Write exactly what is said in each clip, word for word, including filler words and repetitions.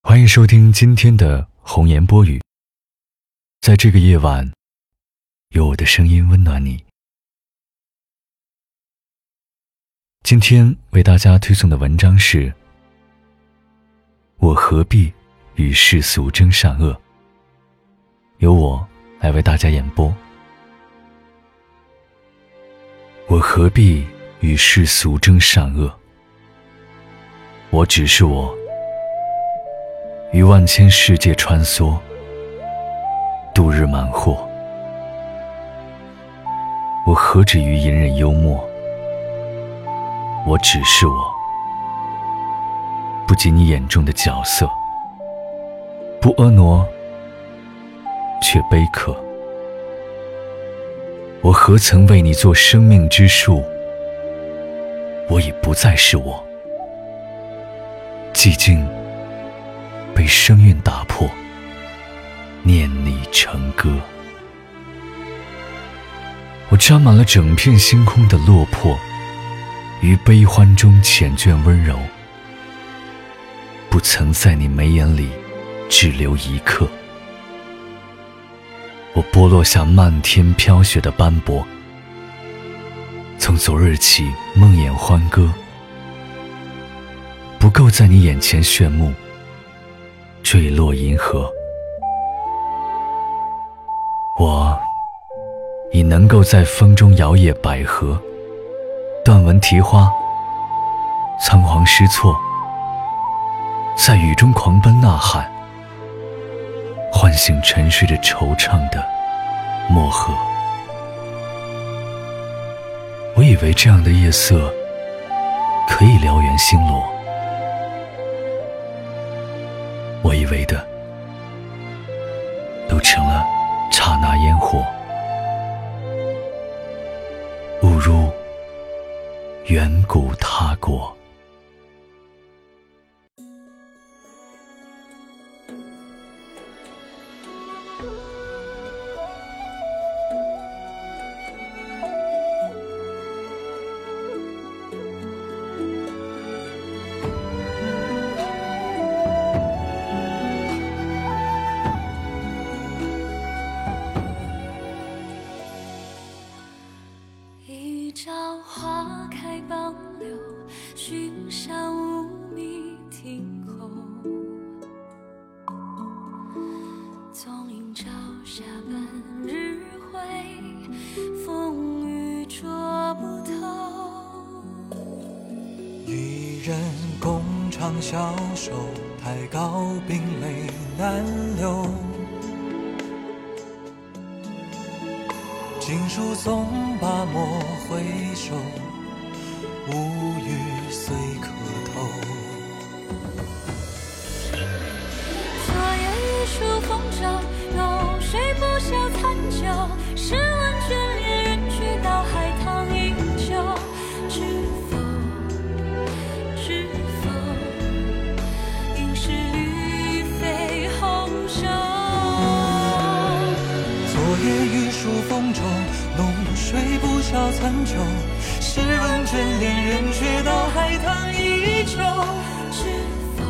欢迎收听今天的红颜播语。在这个夜晚，有我的声音温暖你。今天为大家推送的文章是：我何必与世俗争善恶，由我来为大家演播。我何必与世俗争善恶，我只是我，于万千世界穿梭，度日满惑。我何止于隐忍幽默，我只是我，不及你眼中的角色，不婀娜却悲刻。我何曾为你做生命之树，我已不再是我。寂静被声韵打破，念你成歌。我沾满了整片星空的落魄，于悲欢中缱绻温柔，不曾在你眉眼里只留一刻。我剥落下漫天飘雪的斑驳，从昨日起梦魇欢歌，不够在你眼前炫目，坠落银河。我已能够在风中摇曳百合，断纹啼花，仓皇失措，在雨中狂奔呐喊，唤醒沉睡着惆怅的漠河。我以为这样的夜色可以燎原星罗，我以为的都成了刹那烟火，误入远古他国。 一朝花开傍流，寻山无觅听候。纵饮朝霞半日晖，风雨捉不透。 一人共长消瘦，太高冰泪难流。锦书送罢莫回首，无语虽可透。 昨夜雨疏风骤，浓睡不消残酒。试问卷帘人去到海棠依旧，知否知否，应是绿肥红瘦。 昨夜雨疏风骤，浓睡不消残酒。试问卷帘人却道海棠依旧。 知否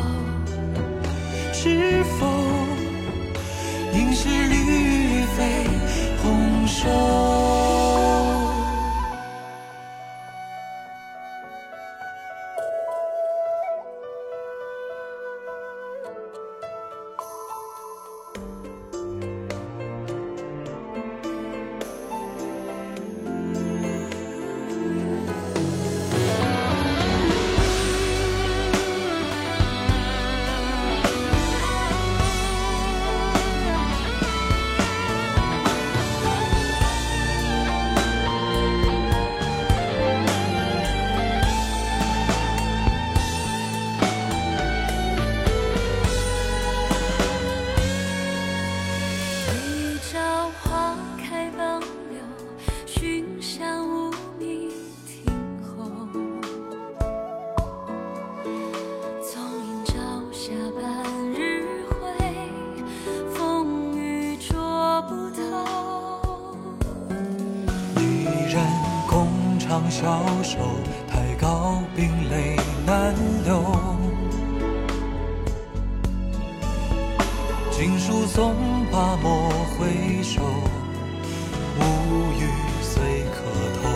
知否，应是绿肥红瘦。消瘦，太高冰泪难留。 情书送罢莫回首，无语随可透。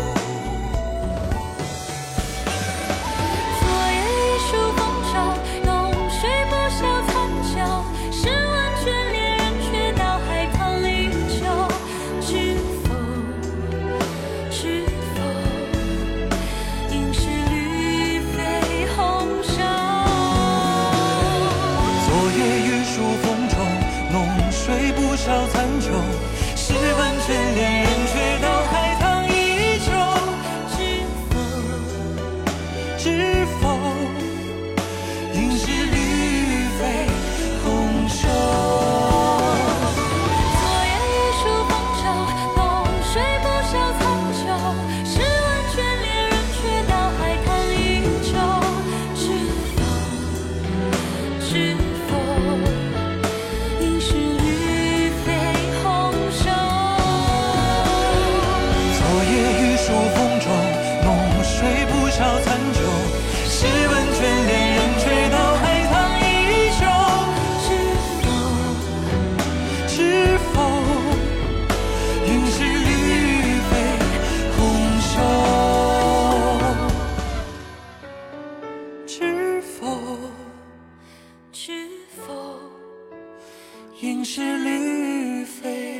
昨夜一树风潮，浓睡不消残酒，试问卷恋人，却道海棠依旧。知否知否，应是绿肥红瘦。 昨夜玉树风中，浓睡不消残酒，试问卷恋人，却道海棠依旧。知否应是绿肥红瘦。 昨夜一树风潮，浓睡不消残酒，试问卷恋人，却道海棠依旧。知否知否，应是绿肥红瘦。 昨夜玉树风中，浓睡不消残酒，试问卷恋人，却道海棠依旧。知否应是绿肥红瘦。知否知否应是绿肥